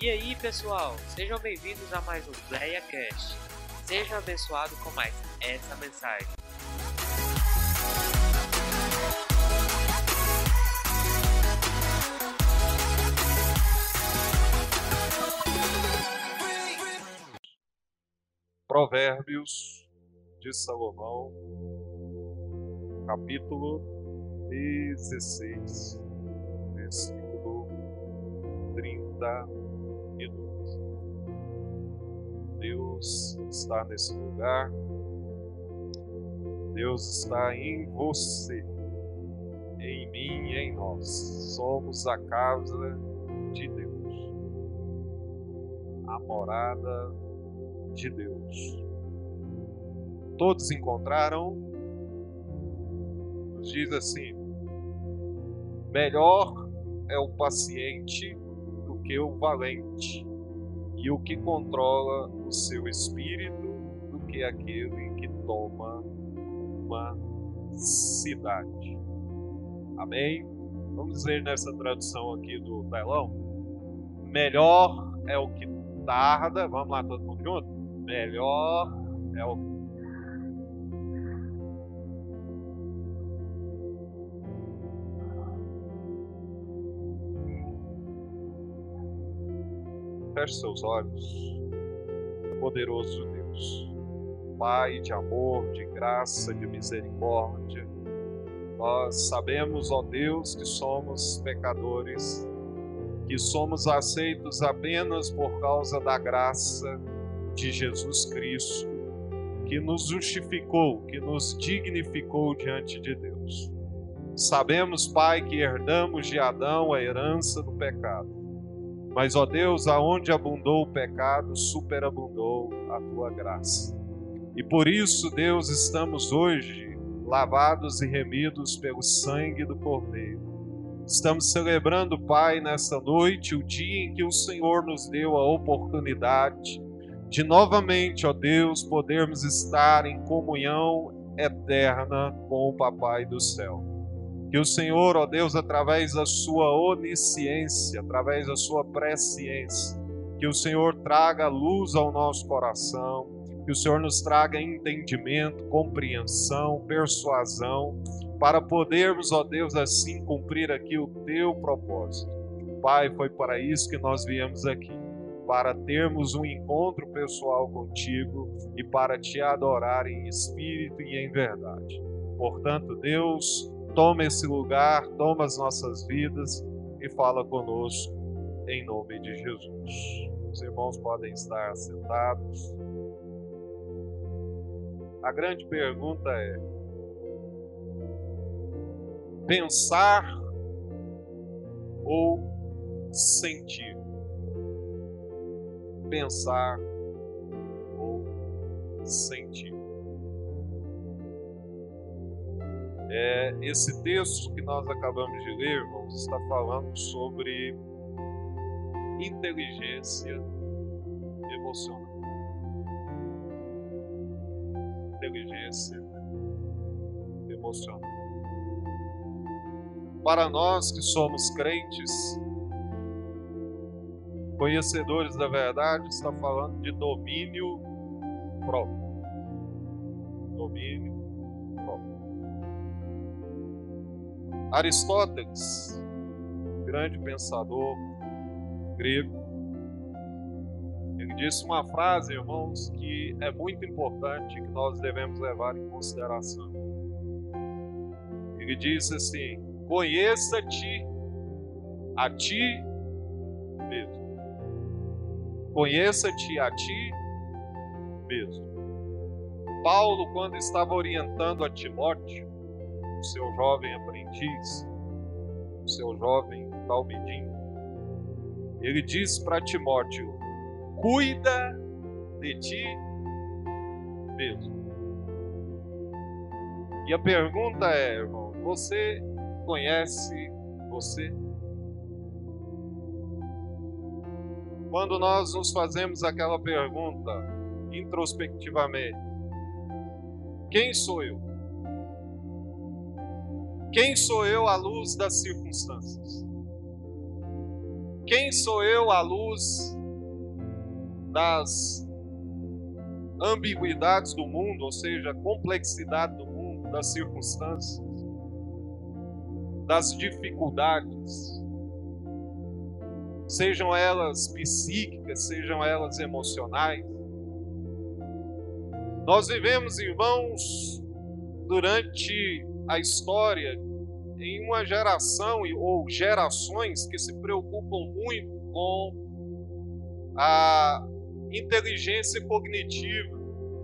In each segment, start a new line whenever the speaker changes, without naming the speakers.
E aí, pessoal, sejam bem-vindos a mais um PleyaCast. Seja abençoado com mais essa mensagem.
Provérbios de Salomão, capítulo 16, versículo 32. Deus está nesse lugar, Deus está em você, em mim e em nós. Somos a casa de Deus, a morada de Deus. Todos encontraram? Nos diz assim: melhor é o paciente do que o valente, e o que controla o seu espírito do que aquele que toma uma cidade. Amém? Vamos ler nessa tradução aqui do telão. Melhor é o que tarda. Vamos lá, todo mundo junto? Melhor é o que... Feche seus olhos. Poderoso Deus, Pai de amor, de graça, de misericórdia, nós sabemos, ó Deus, que somos pecadores, que somos aceitos apenas por causa da graça de Jesus Cristo, que nos justificou, que nos dignificou diante de Deus. Sabemos, Pai, que herdamos de Adão a herança do pecado. Mas, ó Deus, aonde abundou o pecado, superabundou a Tua graça. E por isso, Deus, estamos hoje lavados e remidos pelo sangue do Cordeiro. Estamos celebrando, Pai, nessa noite, o dia em que o Senhor nos deu a oportunidade de novamente, ó Deus, podermos estar em comunhão eterna com o Papai do céu. Que o Senhor, ó Deus, através da sua onisciência, através da sua presciência, que o Senhor traga luz ao nosso coração, que o Senhor nos traga entendimento, compreensão, persuasão, para podermos, ó Deus, assim cumprir aqui o teu propósito. Pai, foi para isso que nós viemos aqui, para termos um encontro pessoal contigo e para te adorar em espírito e em verdade. Portanto, Deus, toma esse lugar, toma as nossas vidas e fala conosco em nome de Jesus. Os irmãos podem estar sentados. A grande pergunta é: pensar ou sentir? Pensar ou sentir? Esse texto que nós acabamos de ler, irmãos, está falando sobre inteligência emocional. Inteligência emocional. Para nós que somos crentes, conhecedores da verdade, está falando de domínio próprio. Domínio próprio. Aristóteles, grande pensador grego, ele disse uma frase, irmãos, que é muito importante, que nós devemos levar em consideração. Ele disse assim: conheça-te a ti mesmo. Conheça-te a ti mesmo. Paulo, quando estava orientando a Timóteo, o seu jovem aprendiz, o seu jovem talmidim, ele disse para Timóteo: cuida de ti mesmo. E a pergunta é, irmão, você conhece você? Quando nós nos fazemos aquela pergunta introspectivamente: quem sou eu? Quem sou eu à luz das circunstâncias? Quem sou eu à luz das ambiguidades do mundo, ou seja, a complexidade do mundo, das circunstâncias, das dificuldades, sejam elas psíquicas, sejam elas emocionais? Nós vivemos, irmãos, durante a história, em uma geração ou gerações que se preocupam muito com a inteligência cognitiva.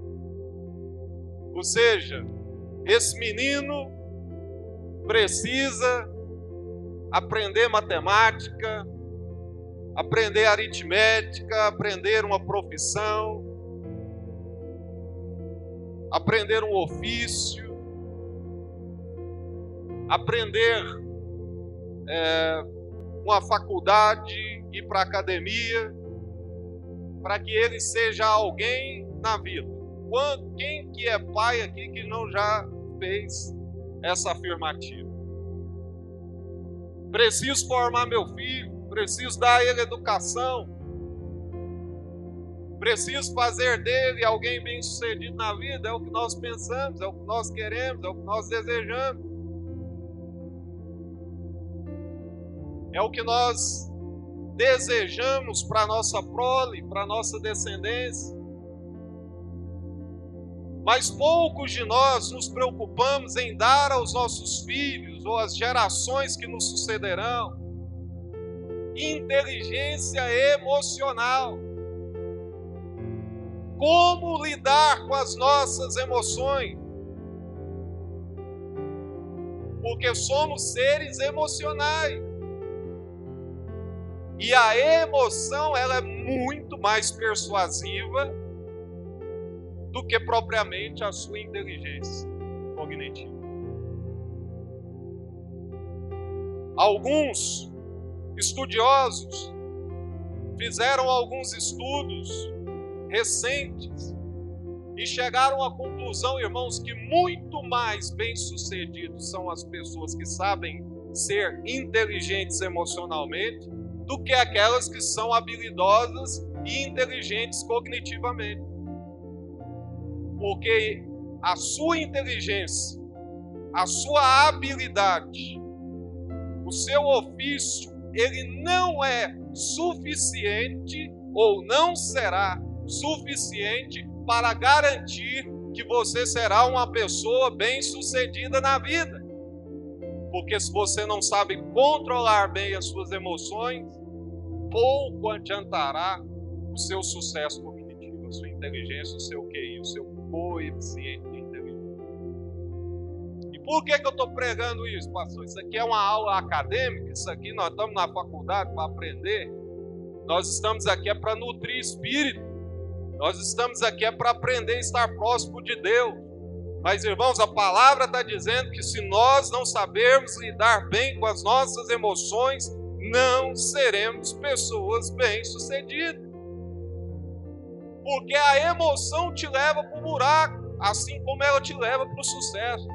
Ou seja, esse menino precisa aprender matemática, aprender aritmética, aprender uma profissão, aprender um ofício, aprender uma faculdade, ir para a academia, para que ele seja alguém na vida. Quem que é pai aqui que não já fez essa afirmativa? Preciso formar meu filho, preciso dar a ele educação, preciso fazer dele alguém bem-sucedido na vida. É o que nós pensamos, é o que nós queremos, é o que nós desejamos. É o que nós desejamos para a nossa prole, para a nossa descendência. Mas poucos de nós nos preocupamos em dar aos nossos filhos ou às gerações que nos sucederão inteligência emocional. Como lidar com as nossas emoções? Porque somos seres emocionais. E a emoção, ela é muito mais persuasiva do que propriamente a sua inteligência cognitiva. Alguns estudiosos fizeram alguns estudos recentes e chegaram à conclusão, irmãos, que muito mais bem-sucedidos são as pessoas que sabem ser inteligentes emocionalmente do que aquelas que são habilidosas e inteligentes cognitivamente. Porque a sua inteligência, a sua habilidade, o seu ofício, ele não é suficiente ou não será suficiente para garantir que você será uma pessoa bem-sucedida na vida. Porque se você não sabe controlar bem as suas emoções, pouco adiantará o seu sucesso cognitivo, a sua inteligência, o seu QI, o seu coeficiente de inteligência. E por que eu estou pregando isso, pastor? Isso aqui é uma aula acadêmica, isso aqui nós estamos na faculdade para aprender. Nós estamos aqui para nutrir espírito. Nós estamos aqui para aprender a estar próximo de Deus. Mas, irmãos, a palavra está dizendo que se nós não sabermos lidar bem com as nossas emoções, não seremos pessoas bem-sucedidas. Porque a emoção te leva para o buraco, assim como ela te leva para o sucesso.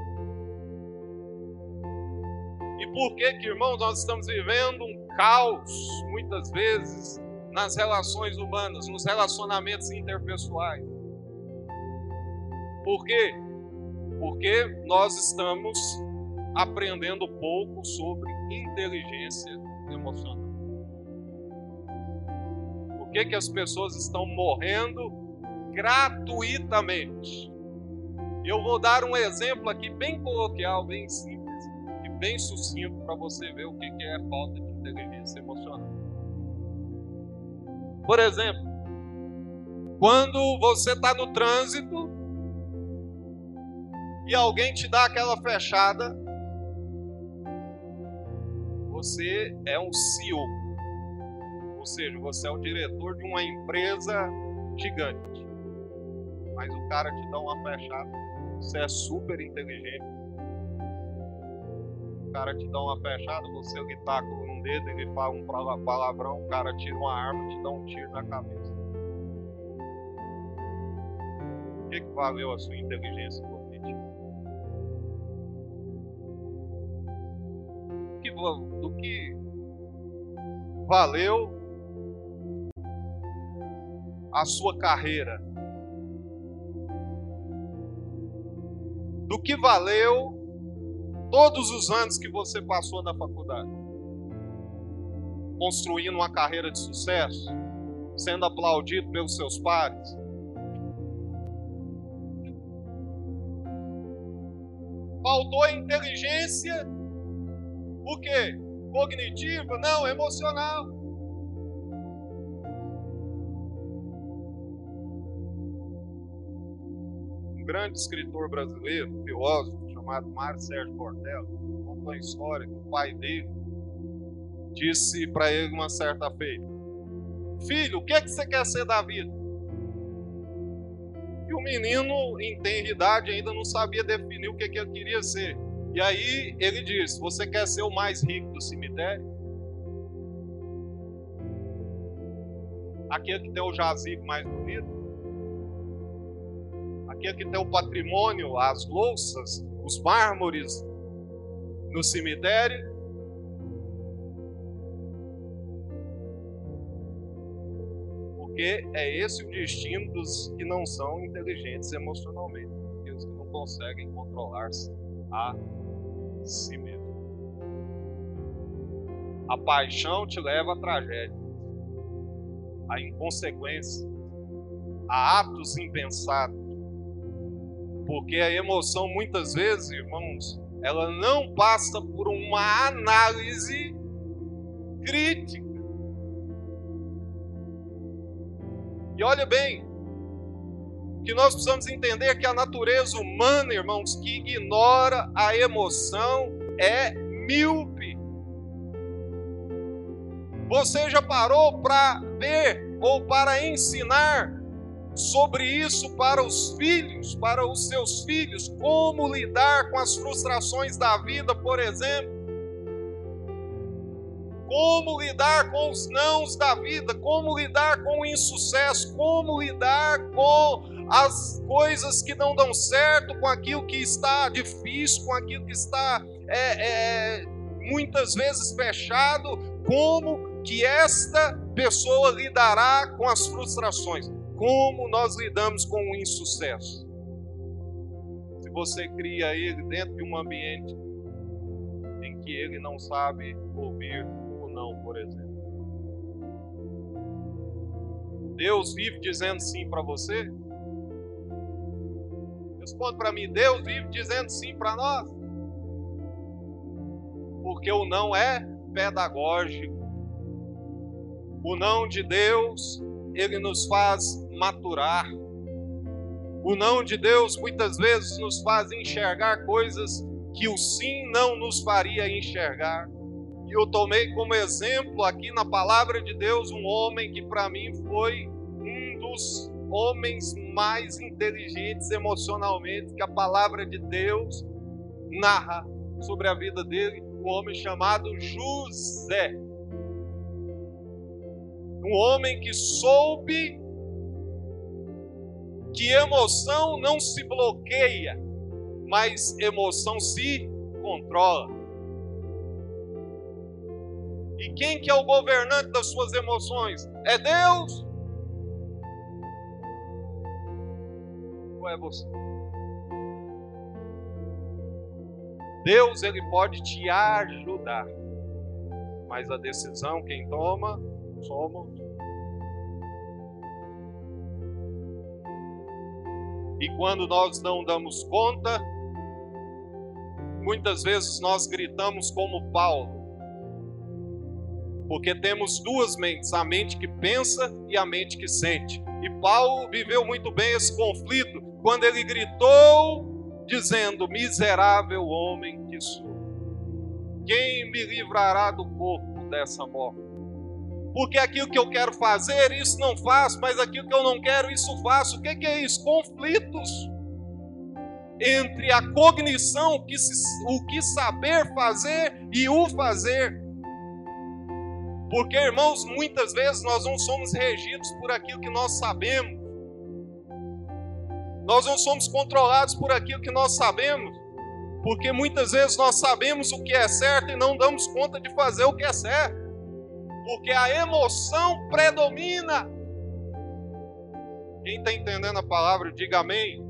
E por que, irmãos, nós estamos vivendo um caos, muitas vezes, nas relações humanas, nos relacionamentos interpessoais? Por quê? Porque nós estamos aprendendo pouco sobre inteligência emocional. Por que as pessoas estão morrendo gratuitamente? Eu vou dar um exemplo aqui bem coloquial, bem simples e bem sucinto para você ver o que é falta de inteligência emocional. Por exemplo, quando você está no trânsito e alguém te dá aquela fechada, você é um CEO, ou seja, você é o diretor de uma empresa gigante, mas o cara te dá uma fechada, você é super inteligente, o cara te dá uma fechada, você lhe taca um dedo, ele fala um palavrão, o cara tira uma arma e te dá um tiro na cabeça. O que valeu a sua inteligência cognitiva? valeu a sua carreira? Do que valeu todos os anos que você passou na faculdade? Construindo uma carreira de sucesso? Sendo aplaudido pelos seus pares? Faltou inteligência? O quê? Cognitiva? Não, emocional. Um grande escritor brasileiro, filósofo, chamado Mário Sérgio Cortella, contou a história que o pai dele disse para ele uma certa feita: filho, o que é que você quer ser da vida? E o menino, em tenra idade, ainda não sabia definir o que ele queria ser. E aí ele disse: você quer ser o mais rico do cemitério? Aquele que tem o jazigo mais bonito? Aquele que tem o patrimônio, as louças, os mármores no cemitério? Porque é esse o destino dos que não são inteligentes emocionalmente, aqueles que não conseguem controlar-se a si mesmo. A paixão te leva à tragédia, à inconsequência, a atos impensados. Porque a emoção, muitas vezes, irmãos, ela não passa por uma análise crítica. E olha bem, que nós precisamos entender que a natureza humana, irmãos, que ignora a emoção é míope. Você já parou para ver ou para ensinar sobre isso para os filhos, para os seus filhos, como lidar com as frustrações da vida, por exemplo? Como lidar com os nãos da vida, como lidar com o insucesso, como lidar com as coisas que não dão certo, com aquilo que está difícil, com aquilo que está muitas vezes fechado, como que esta pessoa lidará com as frustrações, como nós lidamos com o insucesso. Se você cria ele dentro de um ambiente em que ele não sabe ouvir não, por exemplo. Deus vive dizendo sim para você? Responde para mim, Deus vive dizendo sim para nós? Porque o não é pedagógico. O não de Deus, ele nos faz maturar. O não de Deus muitas vezes nos faz enxergar coisas que o sim não nos faria enxergar. E eu tomei como exemplo aqui na palavra de Deus um homem que para mim foi um dos homens mais inteligentes emocionalmente que a palavra de Deus narra sobre a vida dele, um homem chamado José. Um homem que soube que emoção não se bloqueia, mas emoção se controla. E quem que é o governante das suas emoções? É Deus? Ou é você? Deus, ele pode te ajudar, mas a decisão quem toma somos. E quando nós não damos conta, muitas vezes nós gritamos como Paulo. Porque temos duas mentes, a mente que pensa e a mente que sente. E Paulo viveu muito bem esse conflito quando ele gritou dizendo: miserável homem que sou, quem me livrará do corpo dessa morte? Porque aquilo que eu quero fazer, isso não faço, mas aquilo que eu não quero, isso faço. O que é isso? Conflitos entre a cognição, o que saber fazer e o fazer. Porque, irmãos, muitas vezes nós não somos regidos por aquilo que nós sabemos. Nós não somos controlados por aquilo que nós sabemos. Porque muitas vezes nós sabemos o que é certo e não damos conta de fazer o que é certo. porque a emoção predomina. Quem está entendendo a palavra, diga amém.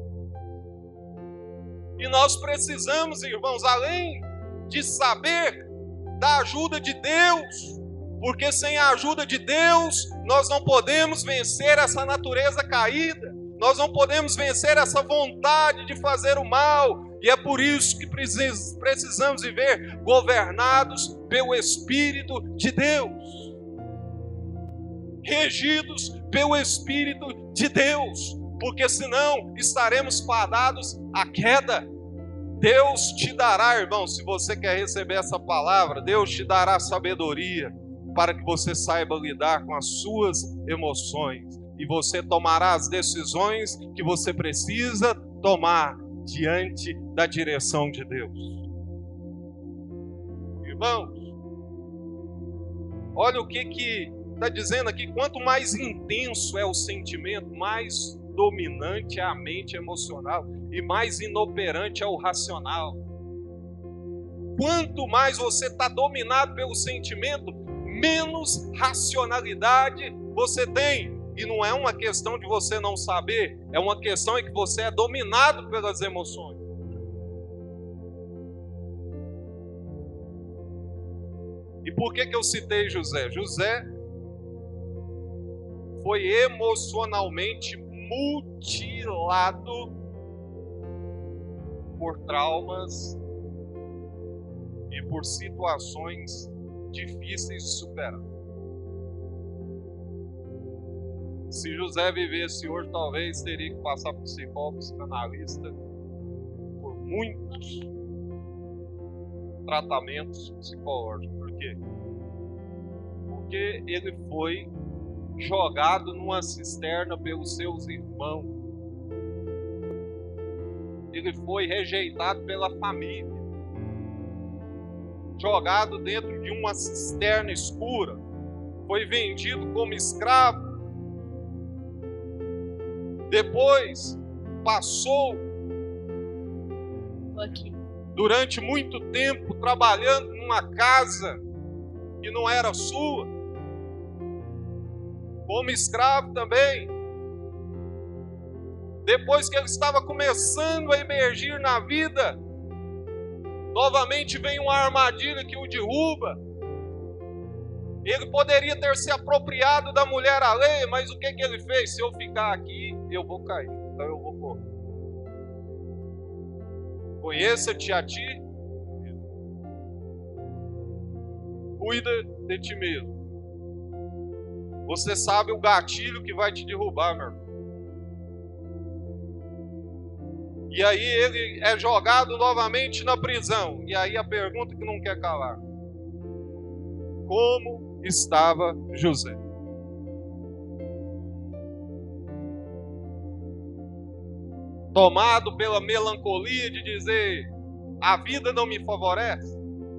E nós precisamos, irmãos, além de saber da ajuda de Deus, porque sem a ajuda de Deus, nós não podemos vencer essa natureza caída, nós não podemos vencer essa vontade de fazer o mal, e é por isso que precisamos viver governados pelo Espírito de Deus, regidos pelo Espírito de Deus, porque senão estaremos fadados à queda. Deus te dará, irmão, se você quer receber essa palavra, Deus te dará sabedoria para que você saiba lidar com as suas emoções e você tomará as decisões que você precisa tomar diante da direção de Deus. Irmãos, olha o que está dizendo aqui: quanto mais intenso é o sentimento, mais dominante é a mente emocional e mais inoperante é o racional. Quanto mais você está dominado pelo sentimento, menos racionalidade você tem. E não é uma questão de você não saber, é uma questão em que você é dominado pelas emoções. E por que eu citei José? José foi emocionalmente mutilado por traumas e por situações difíceis de superar. Se José vivesse hoje, talvez teria que passar por psicólogo, psicanalista, por muitos tratamentos psicológicos. Por quê? Porque ele foi jogado numa cisterna pelos seus irmãos. Ele foi rejeitado pela família. Jogado dentro de uma cisterna escura. Foi vendido como escravo. Depois passou durante muito tempo trabalhando numa casa que não era sua, como escravo também. Depois que ele estava começando a emergir na vida, novamente vem uma armadilha que o derruba. Ele poderia ter se apropriado da mulher alheia, mas o que ele fez? Se eu ficar aqui, eu vou cair, então eu vou correr. Conheça-te a ti, cuida de ti mesmo. Você sabe o gatilho que vai te derrubar, meu irmão. E aí ele é jogado novamente na prisão. E aí a pergunta que não quer calar: como estava José? Tomado pela melancolia de dizer: a vida não me favorece?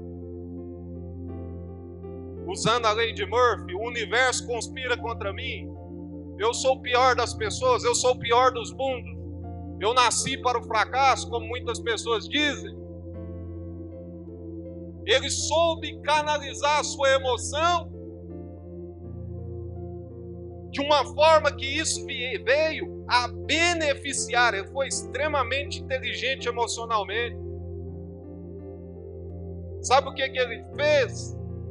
Usando a lei de Murphy, o universo conspira contra mim. Eu sou o pior das pessoas, eu sou o pior dos mundos. Eu nasci para o fracasso, como muitas pessoas dizem. Ele soube canalizar a sua emoção de uma forma que isso veio a beneficiar. Ele foi extremamente inteligente emocionalmente. Sabe o que ele fez?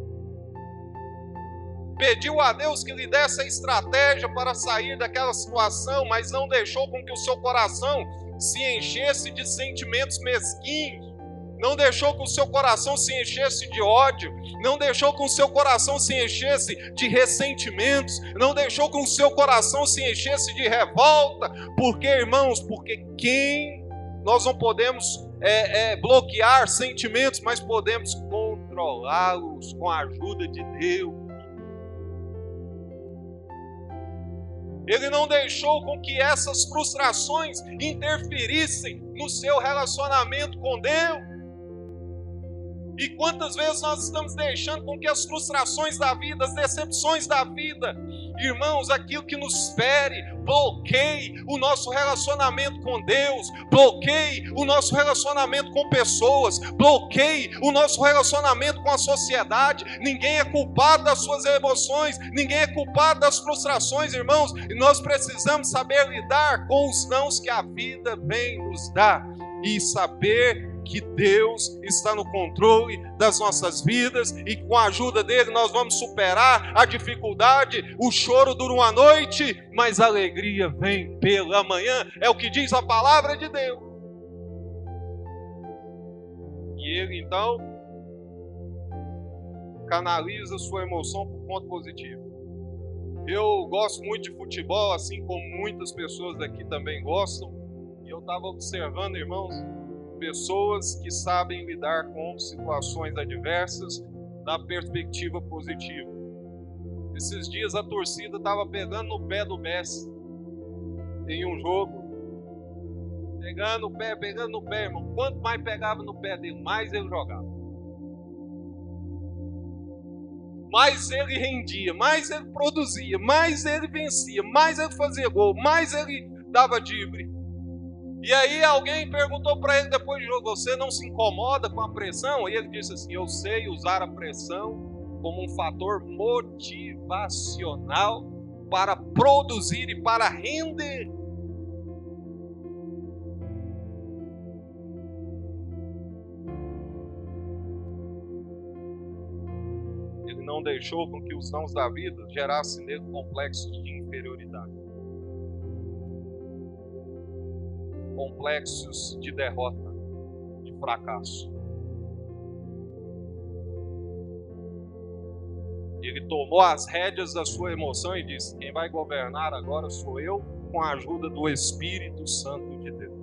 Pediu a Deus que lhe desse a estratégia para sair daquela situação, mas não deixou com que o seu coração se enchesse de sentimentos mesquinhos. Não deixou que o seu coração se enchesse de ódio. Não deixou que o seu coração se enchesse de ressentimentos. Não deixou que o seu coração se enchesse de revolta. Por quê, irmãos? Porque nós não podemos bloquear sentimentos, mas podemos controlá-los com a ajuda de Deus. Ele não deixou com que essas frustrações interferissem no seu relacionamento com Deus. E quantas vezes nós estamos deixando com que as frustrações da vida, as decepções da vida, irmãos, aquilo que nos fere, bloqueie o nosso relacionamento com Deus, bloqueie o nosso relacionamento com pessoas, bloqueie o nosso relacionamento com a sociedade. Ninguém é culpado das suas emoções, ninguém é culpado das frustrações, irmãos, e nós precisamos saber lidar com os nãos que a vida vem nos dar e saber que Deus está no controle das nossas vidas e com a ajuda dele nós vamos superar a dificuldade. O choro dura uma noite, mas a alegria vem pela manhã, é o que diz a palavra de Deus. E ele então canaliza sua emoção para o ponto positivo. Eu gosto muito de futebol, assim como muitas pessoas aqui também gostam, e eu estava observando, irmãos, pessoas que sabem lidar com situações adversas da perspectiva positiva. Esses dias a torcida estava pegando no pé do Messi em um jogo, pegando no pé, irmão. Quanto mais pegava no pé dele, mais ele jogava, mais ele rendia, mais ele produzia, mais ele vencia, mais ele fazia gol, mais ele dava drible. E aí alguém perguntou para ele depois do jogo: você não se incomoda com a pressão? E ele disse assim: eu sei usar a pressão como um fator motivacional para produzir e para render. Ele não deixou com que os nãos da vida gerassem nele complexos de inferioridade, complexos de derrota, de fracasso. Ele tomou as rédeas da sua emoção e disse: quem vai governar agora sou eu, com a ajuda do Espírito Santo de Deus.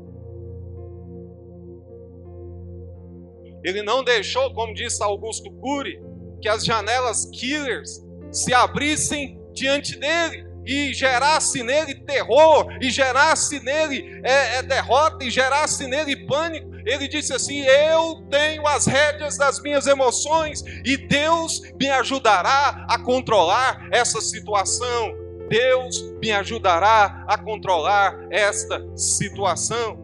Ele não deixou, como disse Augusto Cury, que as janelas killers se abrissem diante dele e gerasse nele terror, e gerasse nele derrota, e gerasse nele pânico. Ele disse assim: eu tenho as rédeas das minhas emoções e Deus me ajudará a controlar essa situação. Deus me ajudará a controlar esta situação.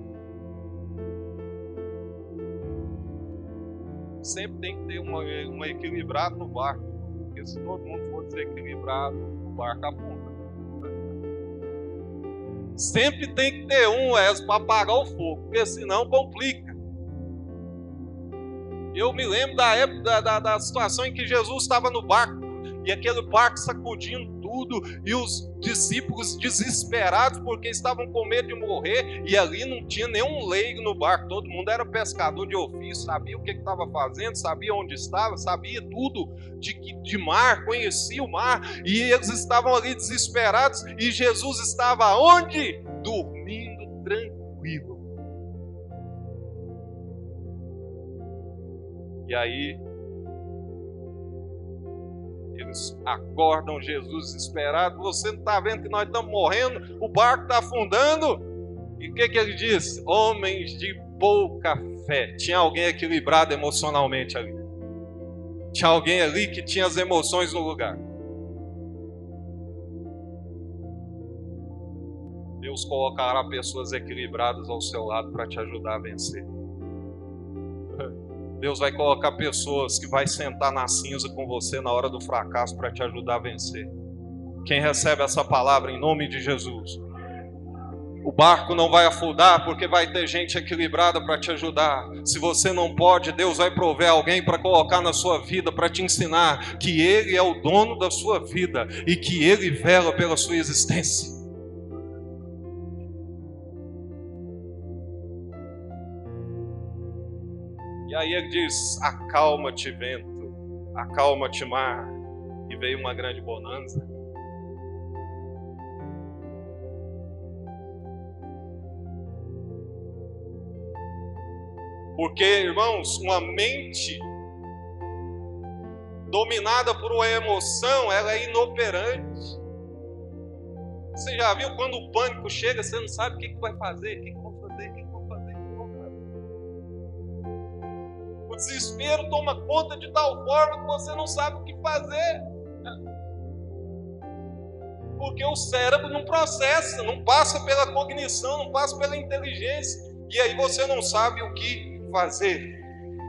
Sempre tem que ter um equilibrado no barco, porque se todo mundo for desequilibrado, o barco afunda. Sempre tem que ter um para apagar o fogo, porque senão complica. Eu me lembro da época da situação em que Jesus estava no barco, e aquele barco sacudindo tudo, e os discípulos desesperados porque estavam com medo de morrer, e ali não tinha nenhum leigo no barco, todo mundo era pescador de ofício, sabia o que estava fazendo, sabia onde estava, sabia tudo de mar, conhecia o mar, e eles estavam ali desesperados, e Jesus estava onde? Dormindo tranquilo. E aí eles acordam Jesus desesperado: você não está vendo que nós estamos morrendo? O barco está afundando. E o que ele diz? Homens de pouca fé. Tinha alguém equilibrado emocionalmente ali. Tinha alguém ali que tinha as emoções no lugar. Deus colocará pessoas equilibradas ao seu lado para te ajudar a vencer. Deus vai colocar pessoas que vai sentar na cinza com você na hora do fracasso para te ajudar a vencer. Quem recebe essa palavra em nome de Jesus? O barco não vai afundar porque vai ter gente equilibrada para te ajudar. Se você não pode, Deus vai prover alguém para colocar na sua vida, para te ensinar que Ele é o dono da sua vida e que Ele vela pela sua existência. E aí ele diz: acalma-te vento, acalma-te mar. E veio uma grande bonança. Porque, irmãos, uma mente dominada por uma emoção, ela é inoperante. Você já viu quando o pânico chega, você não sabe o que vai fazer, o que vai fazer, o que vai fazer. O desespero toma conta de tal forma que você não sabe o que fazer. Porque o cérebro não processa, não passa pela cognição, não passa pela inteligência. E aí você não sabe o que fazer.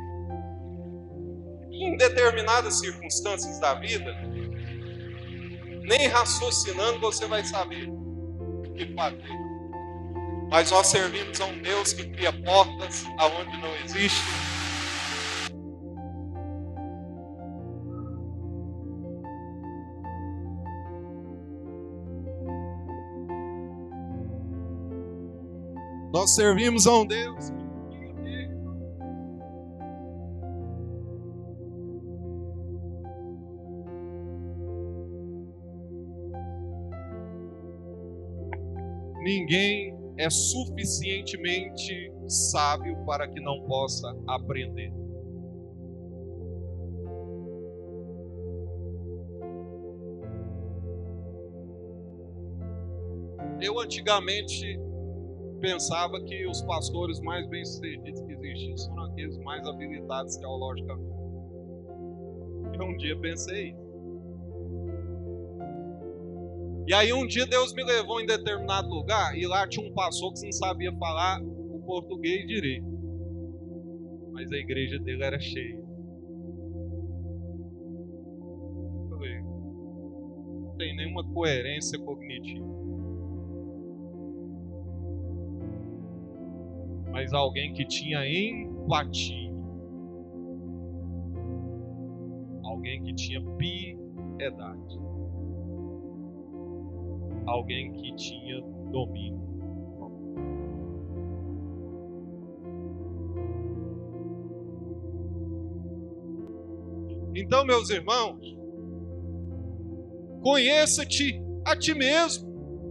Em determinadas circunstâncias da vida, nem raciocinando você vai saber o que fazer. Mas nós servimos a um Deus que cria portas aonde não existe. Nós servimos a um Deus que cria. Ninguém é suficientemente sábio para que não possa aprender. Eu antigamente pensava que os pastores mais bem-sucedidos que existiam são aqueles mais habilitados teologicamente. E um dia pensei isso. E aí um dia Deus me levou em determinado lugar e lá tinha um pastor que não sabia falar o português direito. Mas a igreja dele era cheia. Eu falei, não tem nenhuma coerência cognitiva. Mas alguém que tinha empatia. Alguém que tinha piedade. Alguém que tinha domínio. Então, meus irmãos, conheça-te a ti mesmo.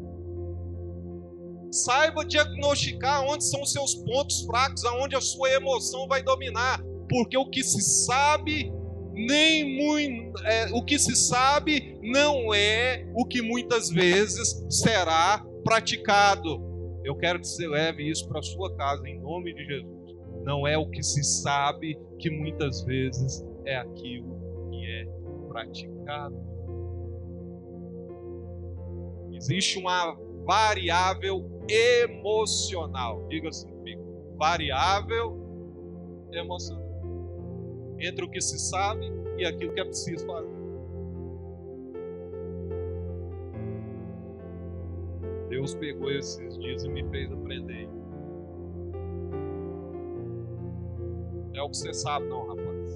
Saiba diagnosticar onde são os seus pontos fracos, aonde a sua emoção vai dominar, porque o que se sabe o que se sabe não é o que muitas vezes será praticado. Eu quero que você leve isso para a sua casa em nome de Jesus. Não é o que se sabe que muitas vezes é aquilo que é praticado. Existe uma variável emocional. Diga assim comigo. Variável emocional. Entre o que se sabe e aquilo que é preciso fazer. Deus pegou esses dias e me fez aprender. Não é o que você sabe não, rapaz.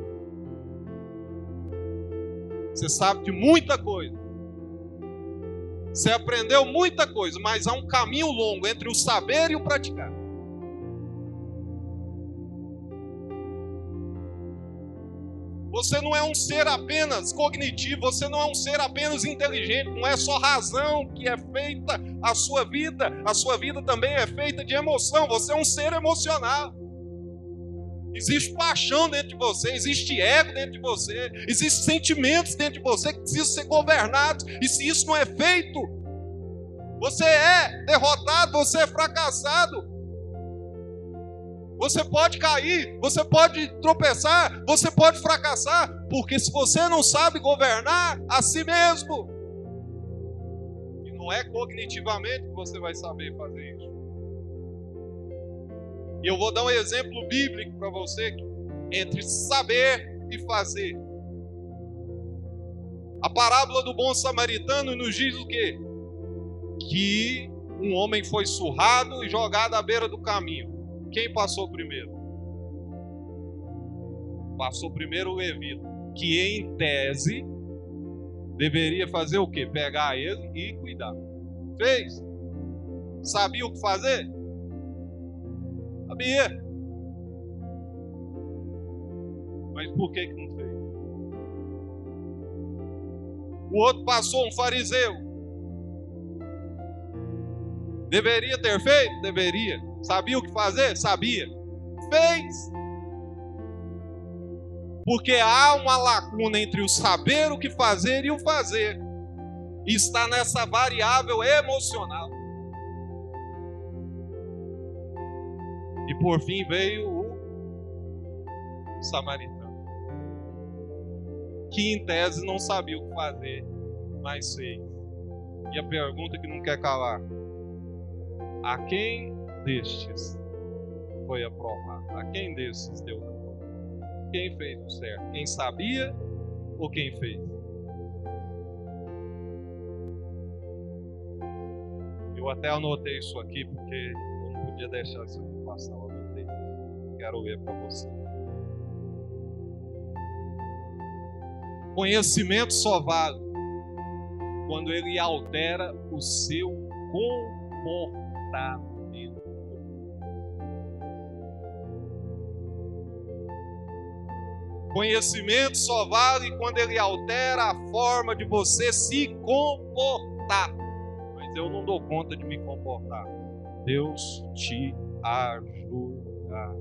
Você sabe de muita coisa. Você aprendeu muita coisa, mas há um caminho longo entre o saber e o praticar. Você não é um ser apenas cognitivo, você não é um ser apenas inteligente, não é só razão que é feita a sua vida também é feita de emoção, você é um ser emocional. Existe paixão dentro de você, existe ego dentro de você, existem sentimentos dentro de você que precisam ser governados, e se isso não é feito, você é derrotado, você é fracassado. Você pode cair, você pode tropeçar, você pode fracassar, porque se você não sabe governar a si mesmo, e não é cognitivamente que você vai saber fazer isso. E eu vou dar um exemplo bíblico para você entre saber e fazer. A parábola do bom samaritano nos diz o quê? Que um homem foi surrado e jogado à beira do caminho. Quem passou primeiro? Passou primeiro o levita, que em tese deveria fazer o quê? Pegar ele e cuidar. Fez? Sabia o que fazer? Sabia. Mas por que não fez? O outro passou, um fariseu. Deveria ter feito? Deveria. Sabia o que fazer? Sabia. Fez. Porque há uma lacuna entre o saber o que fazer e o fazer. E está nessa variável emocional. E por fim veio samaritano, que em tese não sabia o que fazer, mas fez. E a pergunta que não quer calar: a quem destes foi aprovado? A quem destes Deus aprovou? Quem fez o certo? Quem sabia ou quem fez? Eu até anotei isso aqui porque eu não podia deixar isso aqui passar. Eu anotei. Quero ler para você. Conhecimento só vale quando ele altera o seu comportamento. Conhecimento só vale quando ele altera a forma de você se comportar. Mas eu não dou conta de me comportar. Deus te ajuda.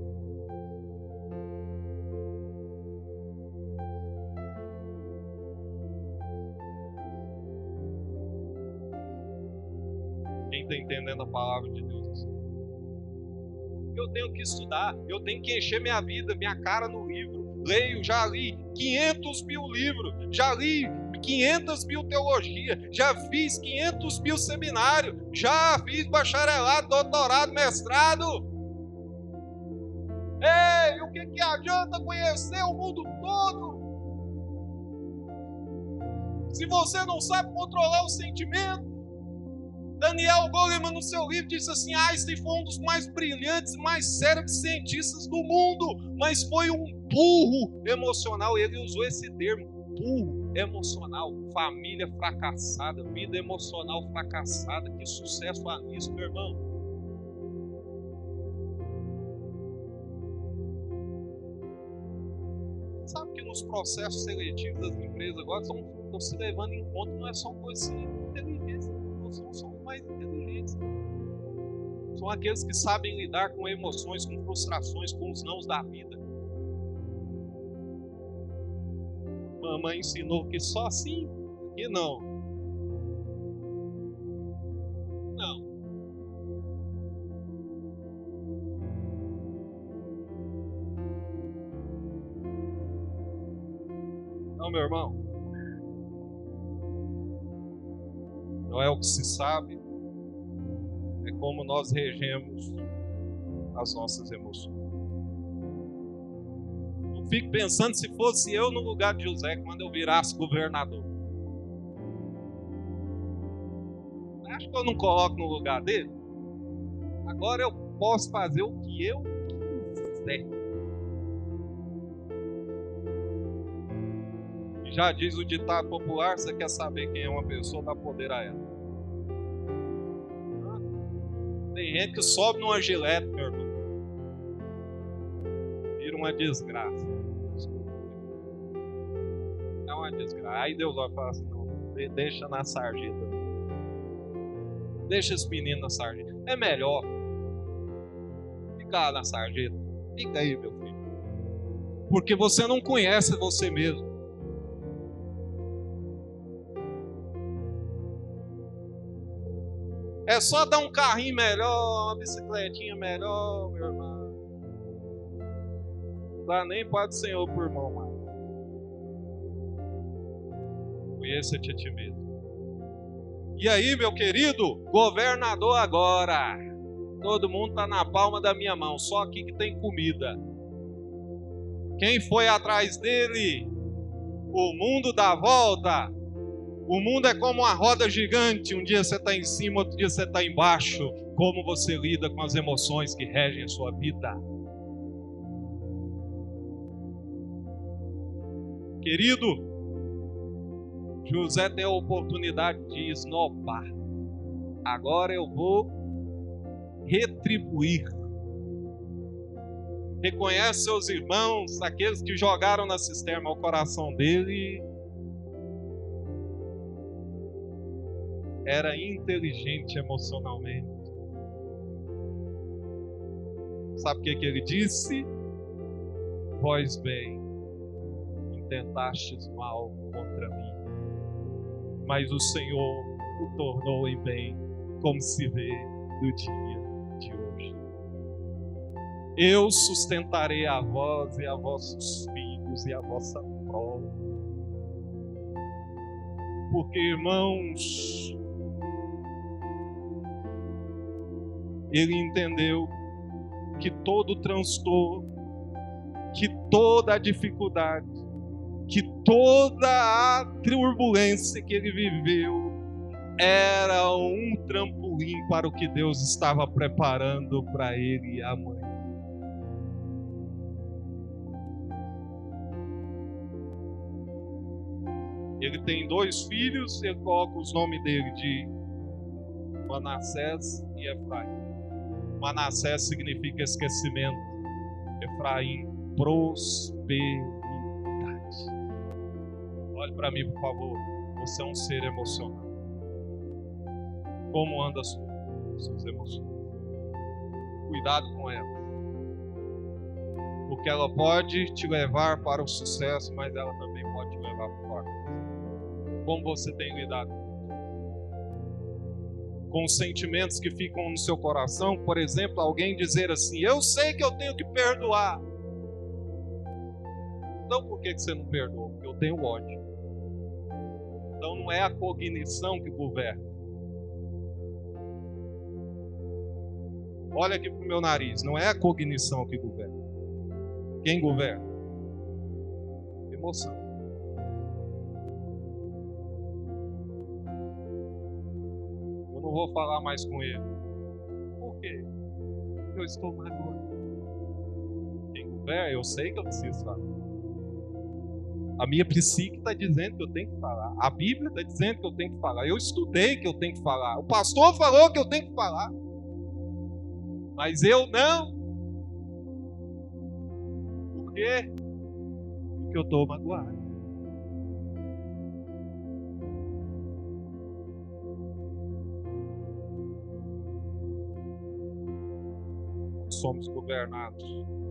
Quem está entendendo a palavra de Deus? Eu tenho que estudar, eu tenho que encher minha vida, minha cara no livro. Leio, já li 500 mil livros, já li 500 mil teologias, já fiz 500 mil seminários, já fiz bacharelado, doutorado, mestrado. Ei, o que adianta conhecer o mundo todo se você não sabe controlar o sentimento? Daniel Goleman, no seu livro, disse assim: Einstein foi um dos mais brilhantes, mais cérebros cientistas do mundo, mas foi um burro emocional. Ele usou esse termo, burro emocional. Família fracassada, vida emocional fracassada. Que sucesso há nisso, meu irmão? Sabe que nos processos seletivos das empresas agora estão se levando em conta, não é só coisa de inteligência, não são mais inteligentes. São aqueles que sabem lidar com emoções, com frustrações, com os nãos da vida. Mamãe ensinou que só assim, e não. Não. Não, meu irmão. Não é o que se sabe, é como nós regemos as nossas emoções. Eu fico pensando se fosse eu no lugar de José quando eu virasse governador. Acho que eu não coloco no lugar dele. Agora eu posso fazer o que eu quiser. E já diz o ditado popular: você quer saber quem é uma pessoa, dá poder a ela. Tem gente que sobe numa gilete, meu irmão. Vira uma desgraça. É uma desgraça. Aí Deus vai falar assim: não, deixa na sarjeta. Deixa esse menino na sarjeta. É melhor. Fica lá na sarjeta. Fica aí, meu filho. Porque você não conhece você mesmo. É só dar um carrinho melhor, uma bicicletinha melhor, meu irmão. Não dá nem para o Senhor por mão mais. Conheça-te a ti mesmo. E aí, meu querido, governador agora. Todo mundo está na palma da minha mão, só aqui que tem comida. Quem foi atrás dele? O mundo dá volta. O mundo é como uma roda gigante. Um dia você está em cima, outro dia você está embaixo. Como você lida com as emoções que regem a sua vida? Querido, José tem a oportunidade de esnobar. Agora eu vou retribuir. Reconhece seus irmãos, aqueles que jogaram na cisterna ao coração dele. Era inteligente emocionalmente. Sabe o que ele disse? Pois bem, intentastes mal contra mim, mas o Senhor o tornou em bem, como se vê no dia de hoje. Eu sustentarei a vós e a vossos filhos e a vossa prole. Porque, irmãos, ele entendeu que todo transtorno, que toda a dificuldade, que toda a turbulência que ele viveu era um trampolim para o que Deus estava preparando para ele e a mãe. Ele tem 2 filhos, ele coloca os nomes dele de Manassés e Efraim. Manassés significa esquecimento, Efraim, prosperidade. Olhe para mim, por favor. Você é um ser emocional. Como anda as suas emoções? Cuidado com elas. Porque ela pode te levar para o sucesso, mas ela também pode te levar para o fracasso. Como você tem lidado com os sentimentos que ficam no seu coração? Por exemplo, alguém dizer assim: eu sei que eu tenho que perdoar. Então por que você não perdoa? Porque eu tenho ódio. Então não é a cognição que governa. Olha aqui para o meu nariz, não é a cognição que governa. Quem governa? Emoção. Eu não vou falar mais com ele. Por quê? Porque eu estou magoado. Quem governa, eu sei que eu preciso falar. A minha psique está dizendo que eu tenho que falar. A Bíblia está dizendo que eu tenho que falar. Eu estudei que eu tenho que falar. O pastor falou que eu tenho que falar. Mas eu não. Por quê? Porque eu estou magoado. Nós somos governados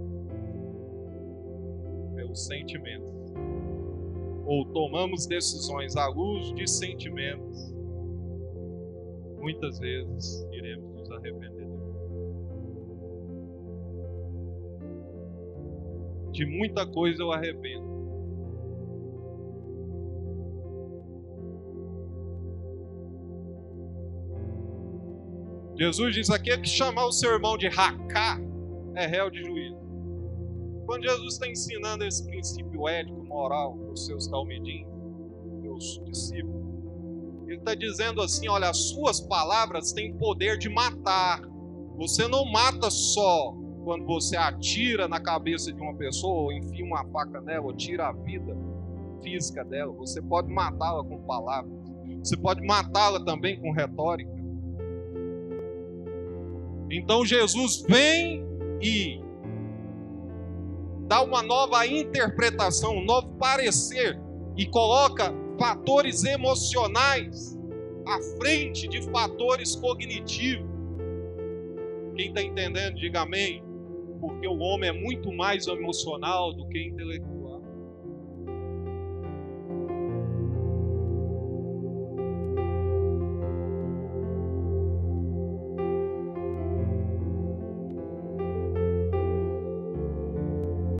pelos sentimentos. Ou tomamos decisões à luz de sentimentos. Muitas vezes iremos nos arrepender. De muita coisa eu arrependo. Jesus diz: aquele que chamar o seu irmão de racá é réu de juízo. Quando Jesus está ensinando esse princípio ético, moral, para os seus talmidim, seus discípulos, ele está dizendo assim: olha, as suas palavras têm poder de matar. Você não mata só quando você atira na cabeça de uma pessoa, ou enfia uma faca nela, ou tira a vida física dela. Você pode matá-la com palavras. Você pode matá-la também com retórica. Então Jesus vem e dá uma nova interpretação, um novo parecer, e coloca fatores emocionais à frente de fatores cognitivos. Quem está entendendo, diga amém. Porque o homem é muito mais emocional do que intelectual.